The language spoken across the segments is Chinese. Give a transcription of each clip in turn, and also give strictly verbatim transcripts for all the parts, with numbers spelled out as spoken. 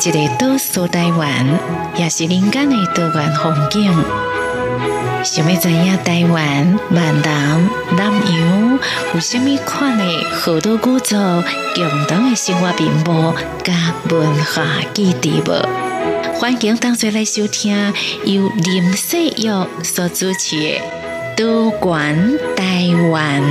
一个岛屿台湾，也是人间的多元风景。想要知影台湾闽南南洋有什么款的好多古早共同的生活面貌甲文化记忆无？欢迎同齐来收听由林世玉所主持的《多元台湾》。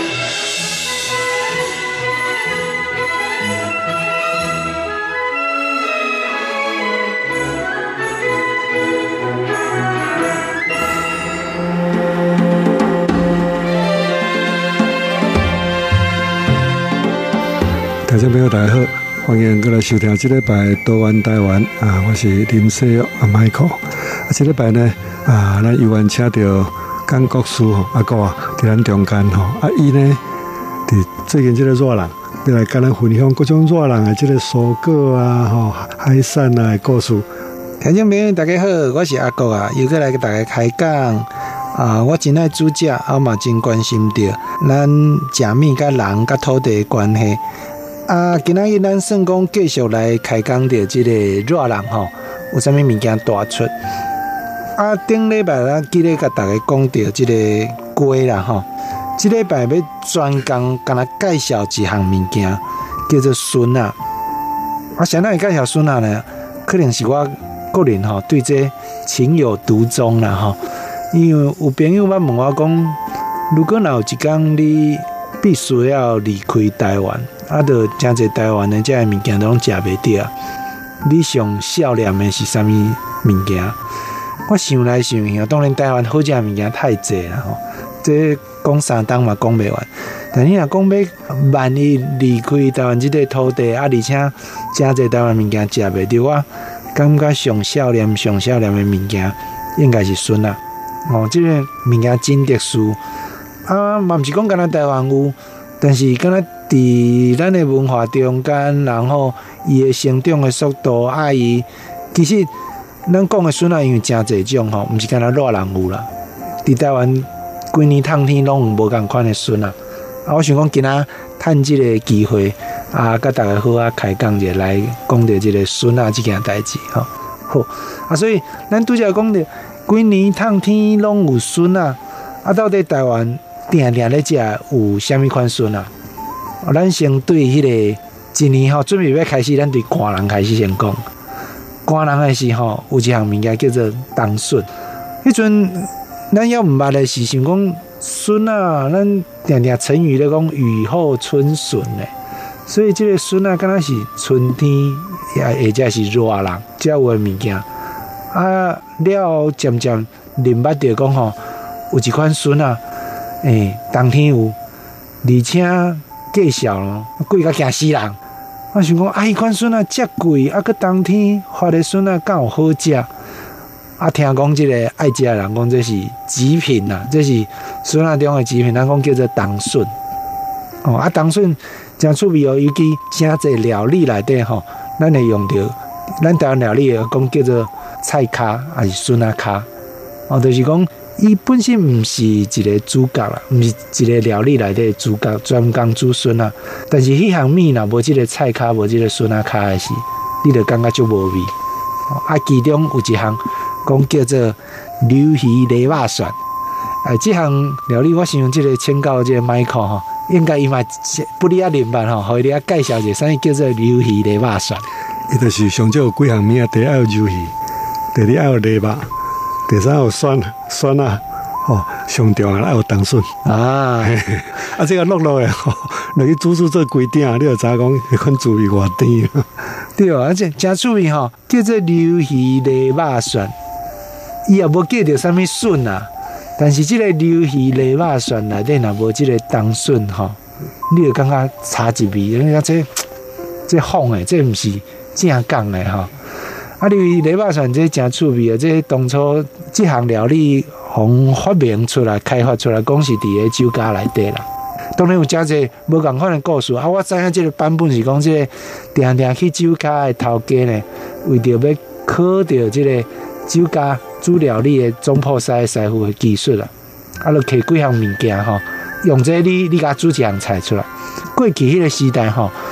听众朋友大家好，欢迎过来收听这礼拜的多元台湾啊，我是林世玉啊 Michael 啊，这礼拜呢啊，咱有缘请到江国师吼阿哥啊，伫咱中间吼啊，伊呢伫最近这个热浪，要来跟咱分享各种热浪的这个蔬果啊、吼海产啊的故事。 听众朋友大家好，我是阿哥啊，又过来给大家开讲。啊，我真爱煮食，啊嘛真关心着咱食物甲人甲土地的关系。啊，今仔日咱算讲继续来开讲着即个热浪吼，有啥物物件大出？啊，顶礼拜咱记咧甲大家讲着即个鸡啦吼，即礼拜要专工敢若介绍一项物件，叫做笋啊。啊，谁人会介绍笋啊呢？可能是我个人吼对这情有独钟啦吼。因为有朋友捌问我讲，如果若有一天你必须要离开台湾，啊，就真侪台湾的这些物件都拢食袂着，你上少念的是啥物物件？我想来想去，当然台湾好食的物件太济啦吼，这讲三档嘛讲袂完。但你若讲要万一离开台湾这个土地，啊，而且真侪台湾物件食袂着，我感觉上少念上少念的物件应该是笋啊。哦，这个物件真特殊啊，嘛毋是讲敢若台湾有，但是敢若伫咱的文化中间，然后伊的生长的速度，啊伊其实咱讲的笋啊，因为真侪种吼，毋是敢若热浪有啦。伫台湾规年冬天拢有无共款的笋啊。啊，我想讲今仔趁即个机会啊，甲大家好啊开讲者来讲着即个笋啊即件代志吼。好啊，所以咱拄则讲着。规年冬天拢有笋啊！啊，到底台湾定定咧食有啥物款笋啊？啊，咱先对迄个一年吼，准备要开始，咱对寒人开始先讲。寒人的时候有一项物件叫做冬笋。迄阵咱要毋捌的是想讲笋啊，咱定定成语咧讲雨后春笋咧，所以即个笋啊，敢若是春天也或者是热人才有的物件。啊，了渐渐认捌着讲吼，有一款笋啊，诶、欸，冬天有，而且价小咯，贵甲惊死人。我想讲，啊，迄款笋啊，遮贵，啊，佮冬天发的笋啊，敢有好食？啊，听讲即个爱食的人讲，这是极品呐，这是笋啊中的极品，咱讲叫做冬笋。哦，啊，冬笋真趣味哦，尤其真侪料理内底吼，咱会用着，咱台湾料理会讲叫做。菜卡还是笋啊卡，哦，就是讲，伊本身毋是一个主角啦，毋是一个料理内底的主角，专工煮笋啊。但是迄项物若无即个菜卡，无即个笋啊卡的时，你就感觉足无味。啊，其中有一项讲叫做柳鱼泥肉蒜，哎，即项料理我想即个请教即个 Michael 吼，应该伊嘛不离啊认捌吼，互伊咧介绍一下啥物叫做柳鱼泥肉蒜。 伊就是上少有几项物啊，第一要有鱿鱼。第二要有泥肉，第三有蒜蒜啊，吼，上重要还有冬笋啊，啊，这个落落的吼，落去煮煮做规鼎，你就知影讲迄款滋味偌甜。 对哦，而且真趣味吼，叫做柳鱼泥肉蒜，伊也无记着啥物笋啊，但是这个柳鱼泥肉蒜内底若无这个冬笋吼，你就感觉差一味，你讲这这仿的，这毋是正港的吼。啊，因为泥肉蒜这真趣味啊！这当初这项料理从发明出来、开发出来，讲是伫个酒家内底啦。当然有真侪无共款的故事啊！我知影这个版本是讲这个定定去酒家的头家呢，为着要考到这个酒家煮料理的总铺师师傅的技术啦，啊，就摕几项物件吼，用这你你甲煮一项菜出来。过去迄个时代吼，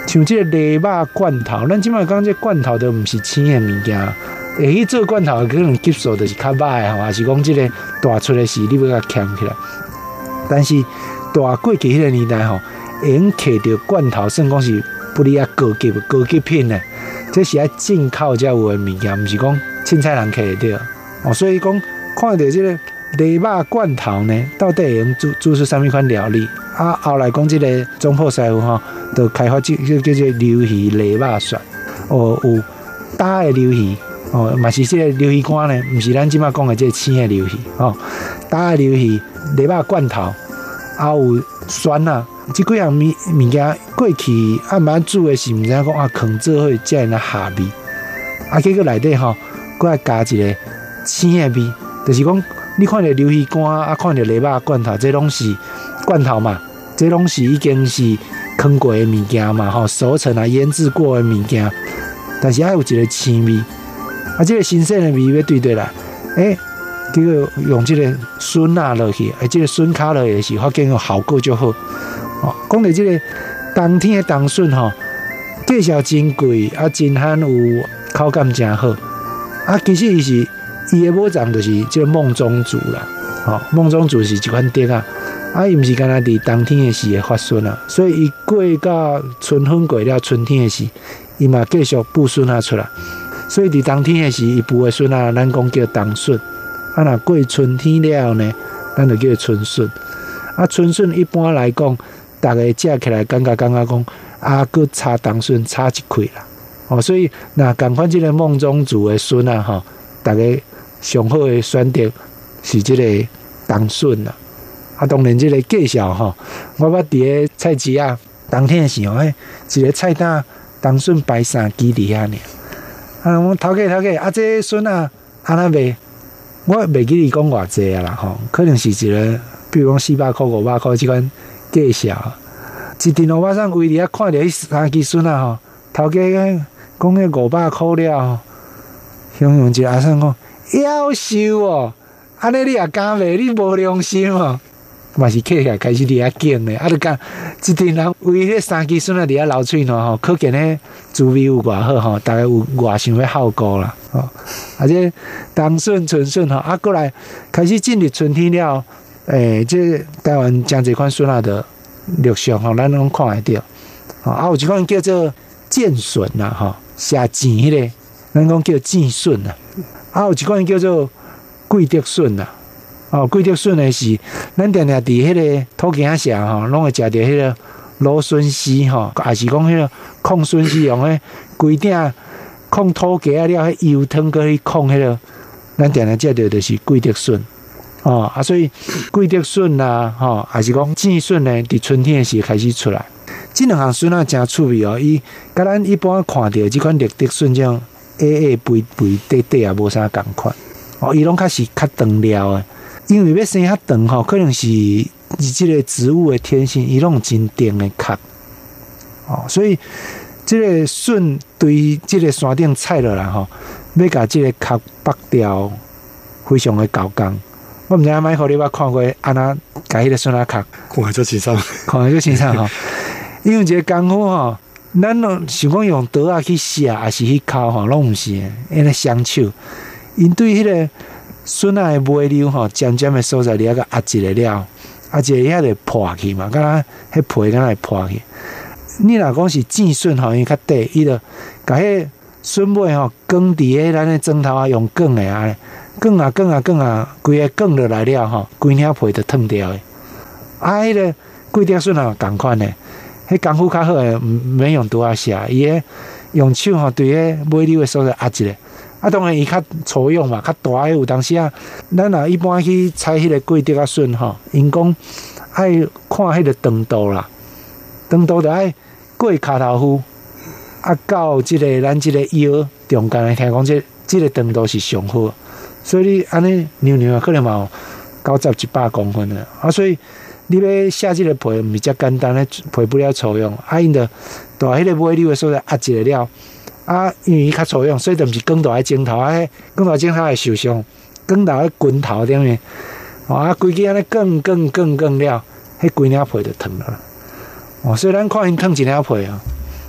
像这个螺肉罐头，咱即摆讲这罐头都毋是青的物件，会去做罐头可能技术就是较歹的吼，还是讲这个大出的是你要甲捡起来。但是大过去迄个年代吼，会用摕到罐头，算讲是不离啊高级高级品的，这是爱进口才有的物件，毋是讲凊彩人摕得到。哦，所以讲看到这个螺肉罐头呢，到底会用煮煮出什么款料理？啊，后来讲这个中埔师傅吼，就开发这叫叫做鲈鱼螺肉蒜，哦，有打的鲈鱼，哦，嘛是这个鲈鱼干呢，毋是咱即摆讲的这青的鲈鱼，哦，打的鲈鱼螺肉罐头，还有蒜啊，这几样物物件过去暗暝煮的是毋知影讲啊，放做伙才会那下味，啊，结果内底吼，搁爱加一个青的味，就是讲你看到鲈鱼干啊，看到螺肉罐头，这拢是罐头嘛。这拢是已经是放过的物件嘛，吼，熟成啊、腌制过的物件，但是还有一个青味，啊，这个新鲜的味要对对来，诶、欸，这个用这个笋啊落去，诶，这个笋卡落也是发现有效果就好。哦，讲到这个冬天的冬笋吼，价钱真贵，啊，真罕有口感真好，啊，其实伊是伊的母长就是这个梦中竹啦，哦，梦中竹是一款竹啊。啊，伊毋是干那伫冬天的时会发笋啊，所以伊过到春分过了，春天的时，伊嘛继续布笋啊出来。所以伫冬天的时，伊布的笋啊，咱讲叫冬笋。啊，若过春天了呢，咱就叫春笋。啊，春笋一般来讲，大家食起来感觉感觉讲，啊，搁差冬笋差一块啦。哦，所以若共款即个梦中竹的笋啊，吼，大家上好的选择是即个冬笋啦。啊，当然，这个介绍吼，我捌伫个菜市啊，冬天的时候，诶，一个菜单冬笋摆三支伫遐尔。啊，我头家头家，啊，这笋啊，安那卖？我袂记你讲偌济啊啦吼，可能是一个，比如讲四百块、五百块这款介绍。一阵我马上围伫遐看到迄三支笋啊吼，头家讲迄五百块了吼，形容一个阿婶讲，夭寿哦，安尼你也敢卖？你无良心哦！嘛是客起来开始伫遐敬咧，啊！就讲一阵人为迄三支笋啊伫遐流喙喏吼，可见咧滋味有偌好吼，大概有偌想要效果啦吼。啊，这冬笋、春笋吼，啊，过来开始进入春天了，诶、欸，这台湾真侪款笋啊的陆续吼，咱拢看会到。吼，啊，有一款叫做箭笋啦，吼，写箭迄个，咱讲叫箭笋啦。啊，有一款叫做桂竹笋啦。哦，桂竹笋的是，咱常常伫迄个土墘下吼，拢会食到迄个芦笋丝吼，也是讲迄个控笋丝用迄规顶控土墘啊了，迄油汤搁去控迄个，咱常常食到就是桂竹笋。哦，啊，所以桂竹笋啦，吼，还是讲箭笋呢，伫春天的时开始出来。这两项笋啊，真趣味哦，伊甲咱一般看到即款绿竹笋这种 A A 肥肥短短啊，无啥共款。哦，伊拢较是较长了的。因为要生较长吼，可能是即个植物的天性，伊拢真长的壳，哦，所以即个笋对即个山顶采落来吼，要甲即个壳剥掉，非常的高工。我毋知影麦克你捌看过安那甲迄个笋仔壳， 看下足清爽， 看下足清爽吼。因为一个功夫吼，咱拢想讲用刀啊去削，还是去敲吼，拢毋是，因为双手，因对迄个。笋仔的尾溜吼，尖尖的所在，你啊个压一个了，压一个遐就破去嘛，敢若迄皮敢若会破去。你若讲是箭笋吼，因为较短，伊就甲迄笋尾吼卷伫迄咱的枕头啊，用卷的啊，卷啊卷啊卷啊，规个卷落来了吼，规领皮就脱掉的。啊，迄个桂竹笋啊，共款的，迄功夫较好的，毋免用刀啊削，伊个用手吼对迄尾溜的所在压一个。啊，当然伊较粗用嘛，较大诶。有当时啊，咱若一般去采迄个桂竹啊笋吼，因讲爱看迄个长度啦，长度就爱过骹头夫，啊到即个咱即个腰中间诶，听讲即即个长度是上好，所以你安尼扭扭啊，可能嘛有九十一百公分诶，啊，所以你要下即个皮，毋是遮简单诶，皮不了粗用，啊，因着大迄个尾溜诶所在压一个了。啊，因为伊较粗用，所以就毋是卷到喺镜头，啊，卷到镜头会受伤，卷到喺拳头顶面，哦啊，规支安尼卷卷卷卷了，迄规领皮就脱了。哦，所以咱看因脱一领皮啊，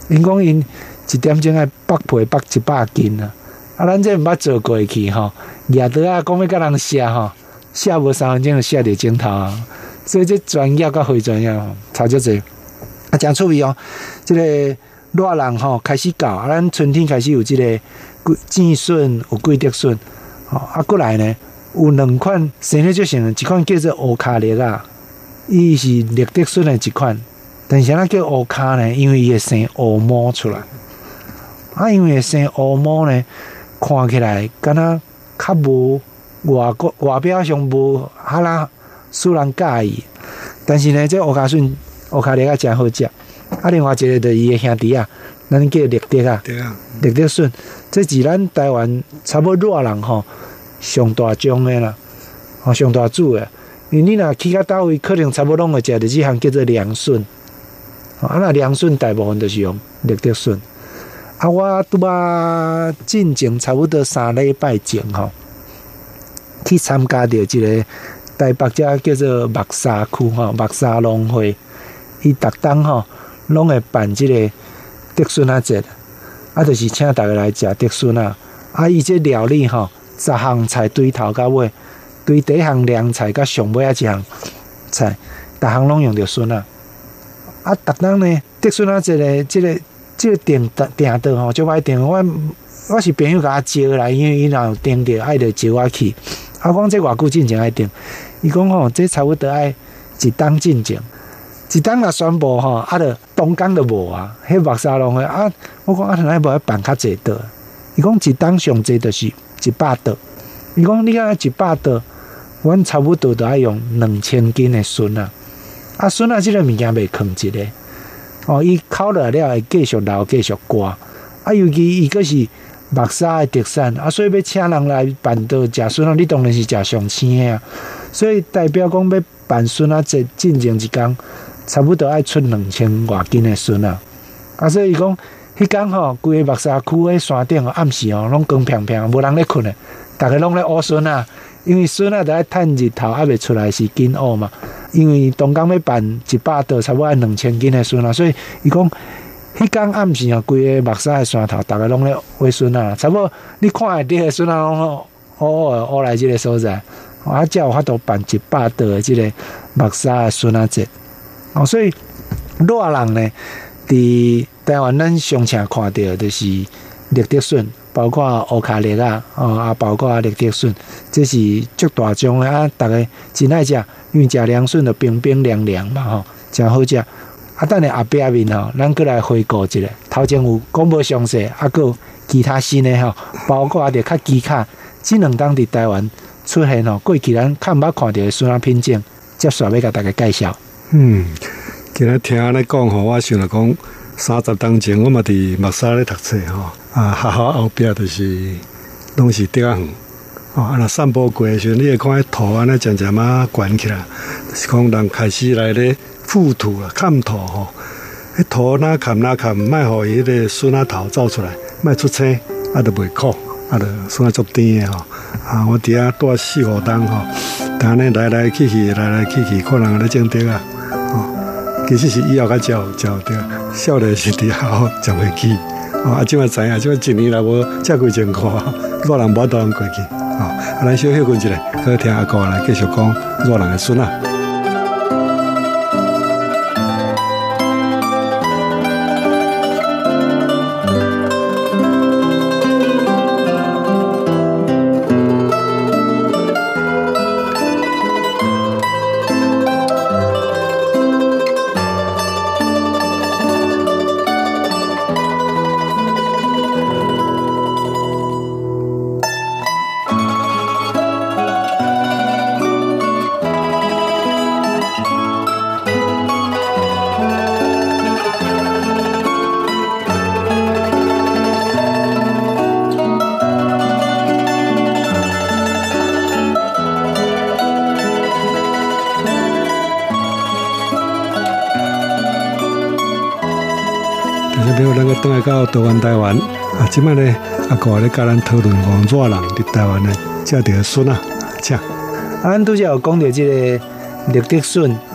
因讲因一點鐘愛剝皮剝一百斤啊！啊，咱這毋捌做過去吼，掠倒啊，講要甲人寫吼，寫無三分鐘就寫着鏡頭啊！所以這專業甲非專業吼，差足濟。啊，真趣味哦！即、這個熱人吼開始搞，啊，咱春天開始有即個箭筍，有桂竹筍，吼啊，過來呢有兩款生得最像，一款叫做烏卡栗啊，伊是綠竹筍的一款，但是咱叫烏卡呢，因為伊會生烏毛出來。啊，因為生烏毛呢，看起來敢若較無外國外表上無哈啦使人介意，但是呢，這烏卡筍、烏卡栗啊真好食。啊，另外一個就是伊個兄弟啊，咱叫綠竹啊，綠竹筍，這是咱台灣差不多熱人吼上大種的啦，吼上大煮的。因為你若去到叨位，可能差不多攏會食着這項叫做涼筍。啊，那涼筍大部分都是用綠竹筍。啊，我拄啊進前差不多三禮拜前吼，去參加着一個台北遮叫做木柵區吼木柵農會，伊逐冬吼攏會辦即個竹筍仔節，啊，就是請大家來食竹筍啊。啊，伊這料理吼，十項菜對頭到尾，對第一項涼菜甲上尾啊一項菜，逐項攏用着筍啊。啊，逐冬呢竹筍仔節咧，即個。即個訂訂到吼，就歹訂。我我是朋友甲我招來，因為伊若有訂着，愛着招我去。啊，講這偌久進前愛訂，伊講吼，這差不多愛一冬進前，一冬若宣布吼，啊，着東港就無啊。迄木柵農會啊，我講啊，哪無愛辦較濟桌？伊講一冬上濟就是一百桌。伊講你看一百桌，阮差不多着愛用兩千斤的筍啊。啊，筍啊，即個物件袂囥一個。哦，伊烤落了會繼續流繼續掛，啊，尤其伊閣是木柵的特產，啊，所以要請人來辦桌食筍啊，你當然是食上青的啊。所以代表講要辦筍啊，這進前一工差不多愛出兩千外斤的筍啊。啊，所以伊講迄工吼，規個木柵區喺山頂哦，暗時哦，攏光平平，無人咧困的，逐個攏咧烏筍啊，因為筍啊，著愛趁日頭還未出來時緊烏嘛。因為東港要辦一百桌，差不多要兩千斤的筍啊，所以伊講迄天暗時啊，規個木柵的山頭，大家攏咧挖筍啊，差不多你看下啲個筍啊，攏烏烏烏來即個所在，啊，才有法度辦一百桌的即個木柵的筍仔節。哦，所以熱人呢，佇台灣咱上常看到就是綠竹筍，包括烏卡栗啊，哦啊，包括綠竹筍，這是足大種的啊，大家真愛食。因為食涼筍就冰冰涼涼嘛吼，真好食。啊，等下後壁面吼，咱過來回顧一下。頭前有講無詳細，啊，還有其他新的吼，包括着較基卡，這兩檔佇台灣出現吼，過去咱較毋捌看到的筍仔品種，接續要甲大家介紹。 嗯，今日聽你講吼，我想來講三十年前，我嘛佇木柵咧讀冊吼，啊，學校後壁就是攏是竹仔園。哦，啊！若散步過的時候，你會看迄土安尼漸漸啊懸起來，就是講人開始來咧覆土啦、砍土吼。迄土哪砍哪砍，莫互伊迄個筍仔頭走出來，莫出青，啊，就袂苦，啊，就筍仔足甜的吼。啊，我佇遐住四五冬吼，但呢來來去去，來來去去，看人咧種竹啊。哦，其實是以後較少少竹，少年時佇遐種會起。哦，啊，即擺知影，即擺一年來無遮幾前看，老人無法度人過去。哦，啊，咱小休困一下，去聽阿哥來繼續講熱人的筍啊。咱个倒来到台灣台灣啊，即擺咧阿哥咧甲咱討論講熱人佇台灣咧食着筍啊，食。 啊，咱拄則有講到即個綠竹筍，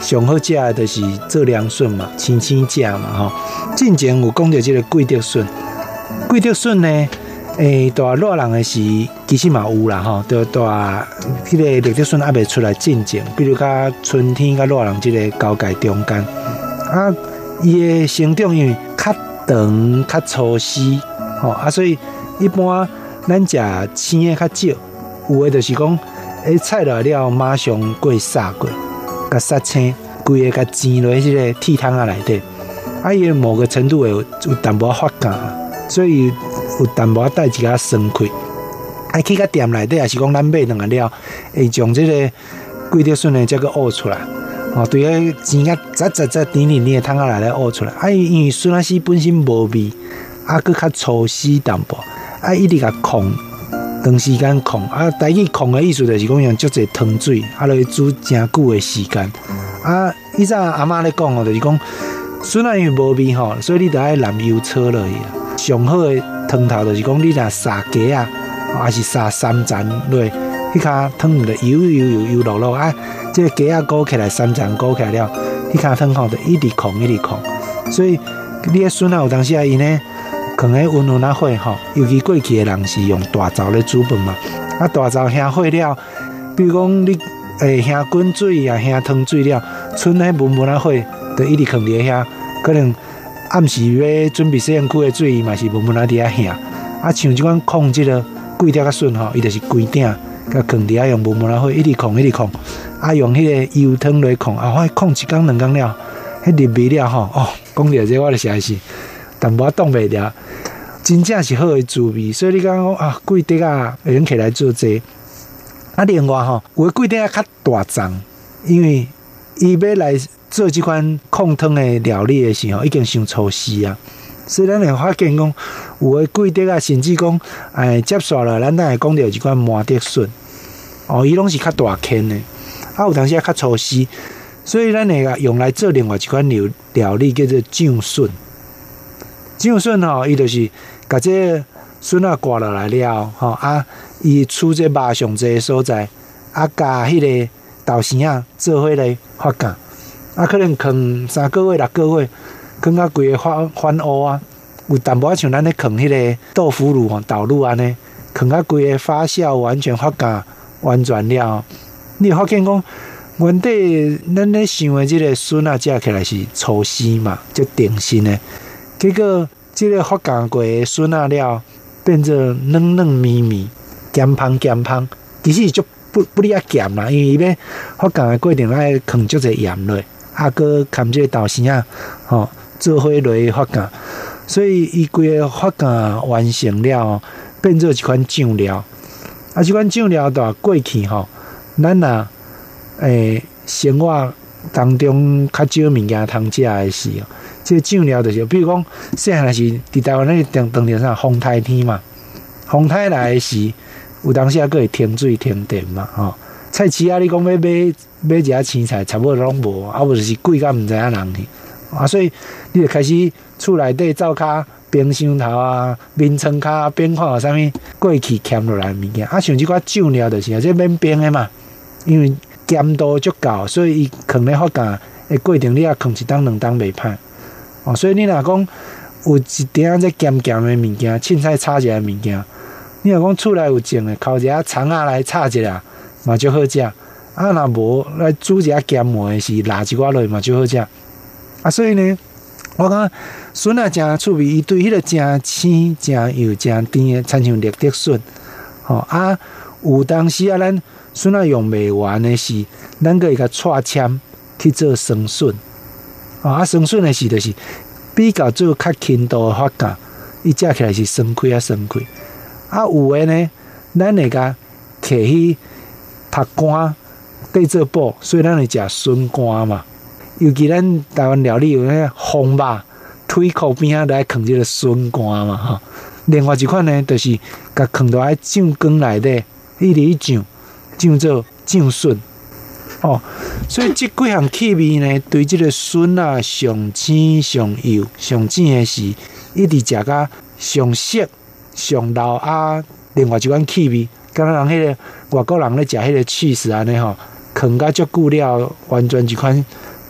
上好食的就是做凉笋嘛，青青食嘛吼。进前有讲到这个桂竹笋，桂竹笋呢，诶，大热人的时其实嘛有啦吼，就大迄个绿竹笋还未出来进前，比如甲春天甲热人这个交界中间，啊，伊的成长因为较长较粗细，吼啊，所以一般咱食青的较少，有的就是讲，诶，菜来了马上过杀过。甲杀青，规个甲煎落迄个铁汤啊内底，啊伊某个程度会有有淡薄发酵，所以有淡薄带一个酸气。啊去甲店内底也是讲咱买两个了，会将即个桂竹笋呢再个漚出来，哦，对个煎啊杂杂杂甜甜甜的汤啊内底漚出来，啊因为笋仔丝本身无味，啊佮较粗细淡薄，啊一直甲控。长时间控啊，台语控的意思就是讲用足侪汤水，啊，落去煮真久的时间。啊，以前阿嬷咧讲哦，就是讲笋仔因为无味吼，所以你得爱淋油炒落去啦。上好的汤头就是讲你若撒鸡啊，还是撒三层落，迄骹汤就油油油油落落啊，这个鸡啊勾起来，三层勾起来了，迄骹汤吼就一直控一直控。所以你个笋仔有当时啊，伊呢。放喺温温啊火吼，尤其过去的人是用大灶咧煮饭嘛，啊大灶香火了，比如讲你诶香滚水啊香汤水了，剩迄温温啊火，就一直放伫遐，可能暗时要准备洗身躯的水嘛是温温啊伫遐香，啊像即款控制了桂竹啊笋吼，伊就是规鼎，甲放伫遐用温温啊火一直控一直控，啊用迄个油汤来控，啊我控一工两工了，迄入味了吼，哦讲到这我就实在是。淡薄挡袂了，真正是好的滋味，所以你讲讲啊，桂竹啊，会用起来做这。啊，另外吼，有的桂竹啊较大丛，因为伊要来做这款控汤的料理的时候，已经伤粗细啊，所以咱会发现讲，有的桂竹啊，甚至讲，哎，接续了，咱咱会讲到一款麻竹笋，哦，伊拢是较大片的，啊，有当时啊较粗细，所以咱会用来做另外一款料料理叫做酱笋。酱笋吼，伊就是把这笋啊刮落来了，吼啊，伊取这肉上济所在，啊加迄个豆豉啊做伙来发酵，啊可能放三个月六个月，放到规个翻翻乌啊，有淡薄像咱咧放迄个豆腐乳吼豆乳安尼，放到规个发酵完全发酵完全了，你会发现讲，原底咱咧想的即个笋啊食起来是粗细嘛，就定心的。结果，这个发酵过的笋仔了，变做嫩嫩绵绵、咸芳咸芳，其实就不不哩啊咸啦，因为伊要发酵的过程爱放足侪盐落，啊个含这个豆豉啊，吼做伙落去发酵，所以伊规个发酵完成了，变做一款酱料。啊，这款酱料的过去吼，咱若诶生活当中较少物件通食的时候。这个酱料就是，比如讲，细汉是伫台湾那当当天啥风台天嘛，风台来时，有当时啊，佫会停水停电嘛，吼。菜市啊，你讲要买买一下青菜，差不多拢无，啊，无就是贵到毋知影人去，啊，所以你就开始厝内底灶骹、冰箱头啊、面床骹边看有啥物过去欠落来物件，啊，像即款酱料就是啊，这免冰的嘛，因为咸度足够，所以伊放咧发酵的过程，你啊放一当两当袂歹。哦，所以你若讲有一点仔咸咸的物件，凊彩炒一下物件，你若讲厝内有种的，烤一下葱仔来炒一下，嘛就好食。啊，若无来煮一下咸糜的是辣一寡落嘛就好食。啊，所以呢，我讲笋啊真趣味，伊对迄个真青、真油、真甜的，亲像绿竹笋。吼、哦、啊，有当时啊，咱笋啊用袂完的是，咱可以甲串签去做酸笋。啊，酸笋的是就是比较做较轻度的发酵，伊食起来是酸开啊酸开。啊，有的呢，咱会甲摕去晒干，缀做补，所以咱会食笋干嘛。尤其咱台湾料理有迄风肉，腿裤边仔来放即个笋干嘛吼。另外一款呢，就是甲放到喺酱缸内底，一直酱酱做酱笋。哦，所以这几项气味呢，对这个笋啊上青、上油、上正的是，一直食甲上色、上老啊。另外一款气味，敢若人迄个外国人咧食迄个cheese安尼吼，放甲足久了，完全一款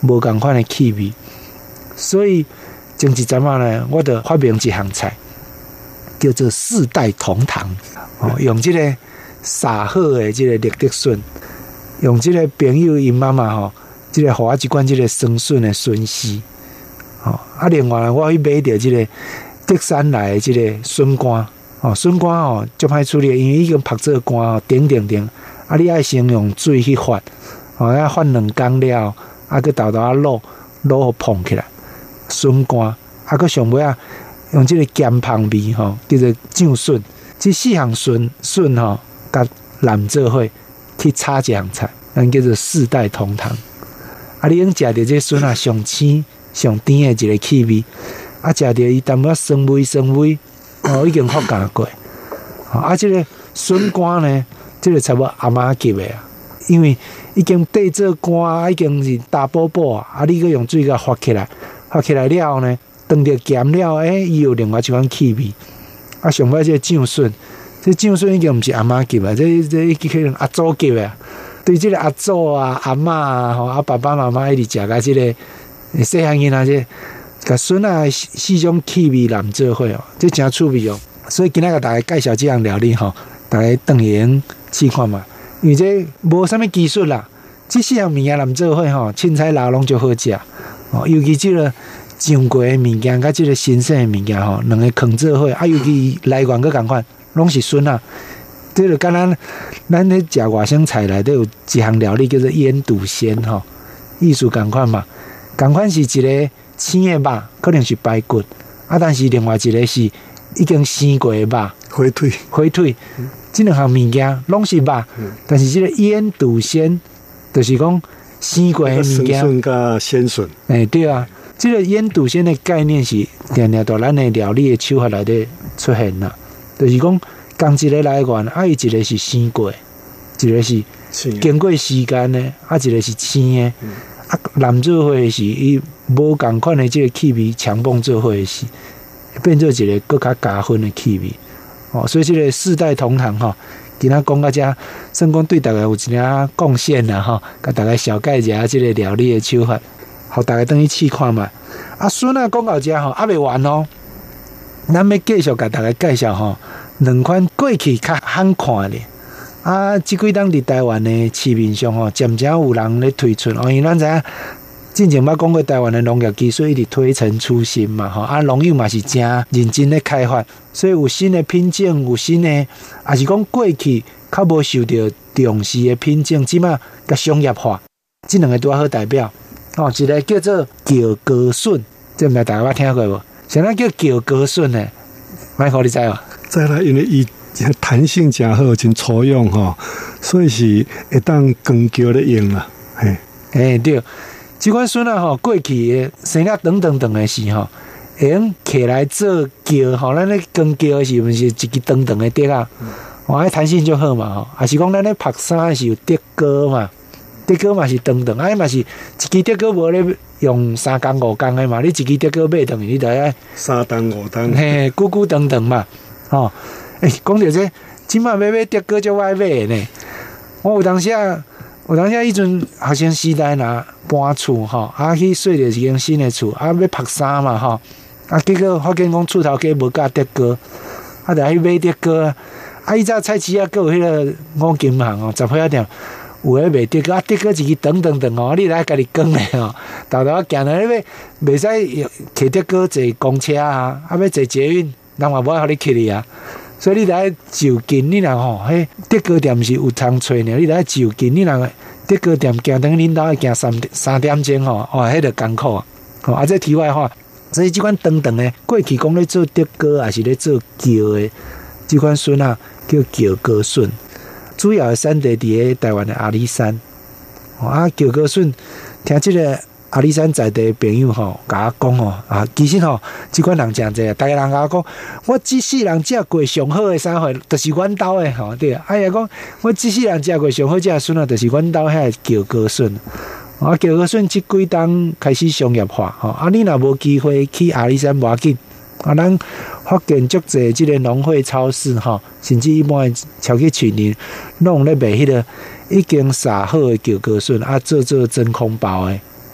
无共款的气味。所以前一阵仔呢，我就发明一项菜，叫做四代同堂。哦，用这个撒好的这个绿竹笋，用这个朋友因妈妈吼，这个给我一罐这个生笋的笋丝。哦，啊，另外我去买到这个竹山来的这个笋干。哦，笋干哦，足歹处理，因为已经拍做干哦，顶顶顶。啊，你爱先用水去发，哦，要发两工了，啊，佮豆豆啊卤卤碰起来，笋干，啊，佮上尾啊，用这个咸香味吼，叫做酱笋，这四项笋笋吼，佮揽做伙去炒一项菜，咱叫做四代同堂。啊，你用食到这笋啊，上鲜上甜的一个气味，啊，食到伊淡薄酸味酸味。哦，已经发酵过，啊，这个笋干呢，这个差不多阿妈级的啊，因为已经缀做干，已经是大宝宝啊，啊，你佮用水佮发起来，发起来了呢，当着咸了，诶，伊有另外一款气味。啊，上尾这酱笋，这酱笋已经毋是阿妈级的，这这可能阿祖级的。对这个阿祖啊、阿嬷啊、吼啊爸爸妈妈一直食甲这个细汉囡仔这。甲笋啊，四种气味揽做伙哦，这真趣味哦。所以今仔甲大家介绍这样料理吼，大家当然试看嘛。因为这无啥物技术啦，这四样物件揽做伙吼，凊彩捞拢就好食哦。尤其这个上过的物件，甲这个新鲜的物件吼，两个放做伙啊，尤其来源佫共款，拢是笋啊。这个敢咱咱咧食外省菜内底有一项料理叫做腌笃鲜吼，意思共款嘛，共款是一个。青的肉可能是排骨，啊，但是另外一个是已经生过的肉， 火腿， 火腿，嗯、这两项物件拢是肉，嗯、但是这个腌笃鲜，就是讲生过的物件。 生笋加鲜笋。 诶、欸，对啊，这个腌笃鲜的概念是定定到咱的料理的手法内底出现啦，就是讲同一个来源，啊，伊一个是生过，一个是经过时间的，啊，一个是生的。嗯啊，揽做伙是伊无共款的这个气味，强碰做伙是变做一个更加加分的气味哦。所以这个四代同堂哈，今仔讲到这，算讲对大家有一点贡献啦哈，甲大家小解一下这个料理的手法，互大家等于试看嘛。啊，笋啊讲到这吼，还未完哦，咱要继续甲大家介绍吼，两款过去较罕看的。啊，即几当伫台湾的市面上吼，渐渐有人咧推出哦。因为咱知影，之前捌讲过台湾的农业技术一直推陈出新嘛，吼啊，农友嘛是真认真咧开发，所以有新的品种，有新的，也是讲过去较无受到重视的品种，即马甲商业化，即两个拄好代表哦。一个叫做叫高笋，这毋知大家捌听过无？啥叫叫高笋呢？迈克你知无？ 知啦，因为伊。弹性真好，真粗用吼，所以是会当光桥咧用啦。嘿， 诶对，即款笋啊吼，过去的生了长长长的时吼，会用起来做桥吼，咱咧光桥的时毋是一支长长的竹啊，哦，迄弹性就好嘛吼，也是讲咱咧拍衫是有竹篙嘛，竹篙嘛是长长，啊嘛是一支竹篙无咧用三工五工的嘛，你一支竹篙买等于你得爱三担五担， 嘿，久久长长嘛，吼。诶，讲到这，即马要买竹篙就爱买的呢。我有当时啊，有当时迄阵学生时代呐，搬厝吼，啊去睡着一间新的厝，啊要拍衫嘛吼，啊结果发现讲厝头家无架竹篙，啊就去买竹篙啊。啊伊早菜市啊，佮有迄个五金行哦，十块仔店有咧卖竹篙，啊竹篙一支长长长哦，你来家己扛咧吼，豆豆啊行来咧要，袂使摕竹篙坐公车啊，啊要坐捷运，人嘛无爱互你去哩啊。所以你来就近，你若吼，迄竹篙店是有通找呢。你来就近，你若竹篙店行等恁兜要行三三点钟吼，哇，迄个艰苦啊！吼，啊，这题外话，所以即款长长的，过去讲咧做竹篙，也是咧做桥的，即款笋啊叫桥高笋，主要的产地伫咧台湾的阿里山。啊，桥高笋，听即个。阿里山在地的朋友吼，甲我讲吼，啊，其实吼，即款人真济，大家人甲我讲，我即世人食过上好的啥货，就是阮兜的吼，对啊。哎呀，讲我即世人食过上好食的笋啊，就是阮兜遐桥高笋。啊，桥高笋即几当开始商业化吼，啊，你若无机会去阿里山无要紧，啊，咱福建足济即个农会超市吼，甚至一般超级市里，拢咧卖迄个已经杀好的桥高笋，啊，做做真空包的。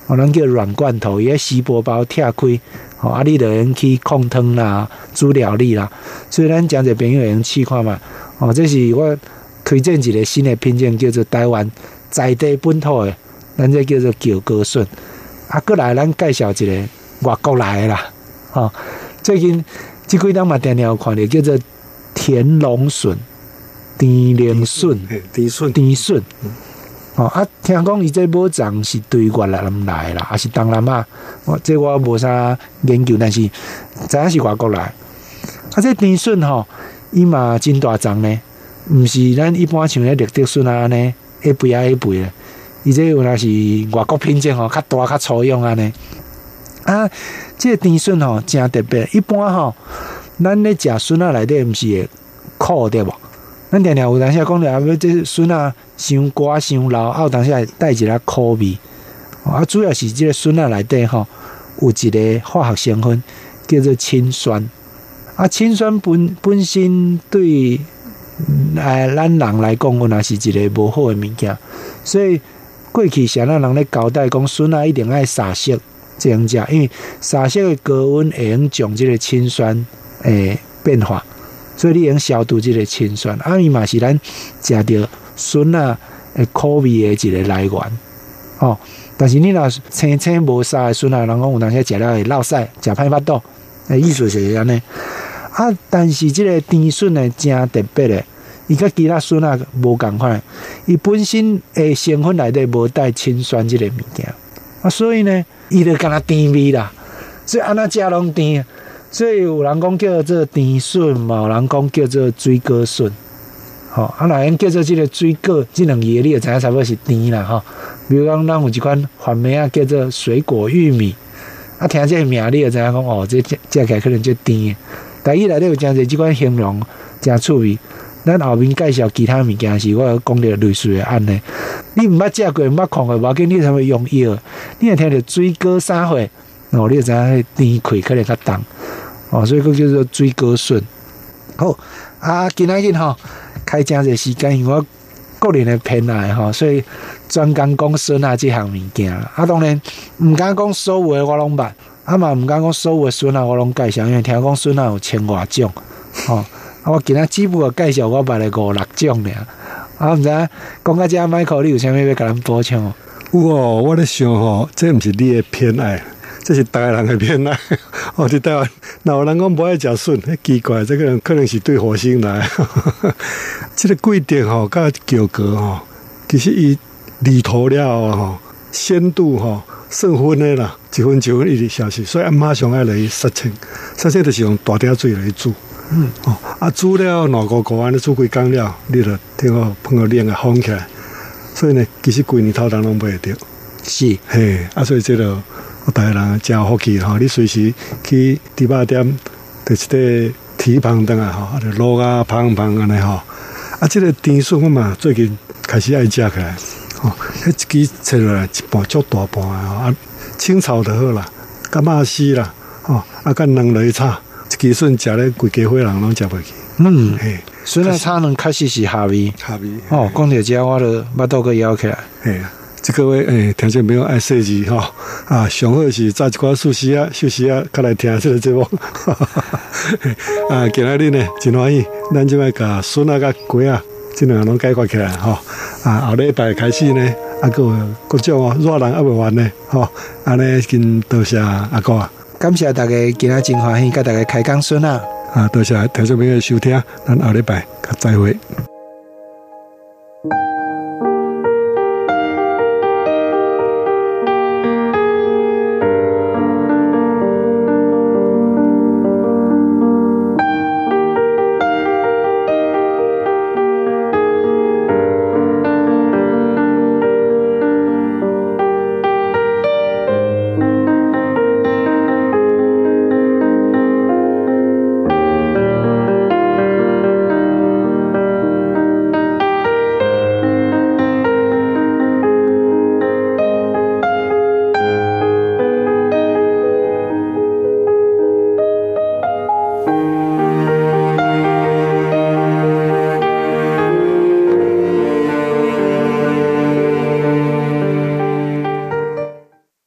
哦，咱叫软罐头，伊个细胞包拆开，哦，啊，你就用去控汤啦、煮料理啦。所以咱诚侪朋友会用试看嘛。哦，这是我推荐一个新的品种，叫做台湾在地本土的，咱这叫做九哥笋。啊，过来咱介绍一个外国来的啦。哦，最近这几天嘛，常常有看到叫做田龙笋、甜龙笋、 甜笋、 甜笋。哦啊，听讲伊这母长是对越南来啦，还是东南亚？我这我无啥研究，但是知影是外国来。啊，这甜笋吼，伊嘛真大长呢，毋是咱一般像迄绿竹笋啊安尼，一肥啊一肥咧。伊这有若是外国品种吼，较大较粗样安尼。啊，这甜笋吼真特别，一般吼，咱咧食笋啊内底毋是会苦对无？咱常常有当时讲了，要这笋啊伤瓜伤老，啊有当时会带一个苦味。啊，主要是这个笋啊内底吼有一个化学成分叫做氰酸。啊，氰酸本本身对诶咱人来讲，若是一个无好诶物件。所以过去啥咱人咧交代讲笋啊一定爱撒色这样食，因为撒色诶高温会用将这个氰酸诶变化。所以你用消毒这个氰酸，啊，伊嘛是咱食到笋啊诶苦味的一个来源，哦。但是你若青青无撒的笋啊，人讲有当时食了会落屎，食歹巴肚，诶，意思是安尼。啊，但是这个甜笋呢，真特别的，伊甲其他笋啊无共款，伊本身诶成分内底无带氰酸这个物件，啊，所以呢，伊就敢若甜味啦，所以安那食拢甜。所以有人讲叫做甜笋嘛，有人讲叫做水果笋，吼、哦，啊，若用叫做这个水果，这两个你就知影差不多是甜啦，吼、哦。比如讲，咱有一款番麦啊，叫做水果玉米，啊，听这个名你就知影讲哦，这食起来可能就甜。但伊内底有真侪这款形容真趣味。咱后面介绍其他物件时，我有讲到类似的案例。你毋捌食过，毋捌看过，无要紧，你啥物用药？你若听到水果啥货，哦，你就知影甜气可能较重。哦，所以佫叫做水果笋。好啊，今仔日吼开诚侪时间，因为我个人的偏爱吼，所以专讲讲笋啊这项物件。啊，当然毋敢讲所有的我拢捌，啊嘛毋敢讲所有的笋啊我拢介绍，因为听讲笋啊有千外种。吼、哦，啊我今仔只不过介绍我捌的五六种尔。啊，毋知影讲到这 ，Michael 你有啥物要甲咱补充？ 有哦，我咧想吼，这毋是你的偏爱。这是台湾人的偏爱，哦，伫台湾，若有人讲无爱食笋，奇怪，这个人可能是对火星来。这个贵点吼，甲九格吼，其实伊里头了吼，鲜度吼，算分的啦，一分一分一直消失，所以马上爱来杀青，杀青就是用大点水来煮，嗯，哦，啊煮了两个锅安尼煮几工了，你就听好碰到冷啊烘起来，所以呢，其实规年头人拢买得到， 是， 嘿，啊，所以这个。台湾人真福气吼，你随时去猪肉店，就是个蹄膀灯啊吼，啊，就卤啊芳芳安尼吼。啊，这个甜笋我嘛最近开始爱食起来，吼，迄一支切落来一半足大半啊，啊，清炒就好啦，甲肉丝啦，吼，啊，甲两类炒，一支笋食咧规家伙人拢食袂起。嗯，嘿， 笋啊炒卵确实是下味， 下味。 哦，讲到这我就巴肚个摇起来， 嘿。这个位诶，听众朋友爱细致吼啊，上好是早一寡休息啊，休息啊，较来听这个节目。啊，今仔日呢真欢喜，咱即摆甲笋啊、甲鸡啊，这两个拢解决起来吼。啊，后礼拜开始呢，啊个各种哦热人还未完呢，吼，安尼跟多谢阿哥啊， 感谢大家今仔真欢喜，甲大家开讲笋啊， 啊，多谢听众朋友收听，咱后礼拜甲再会。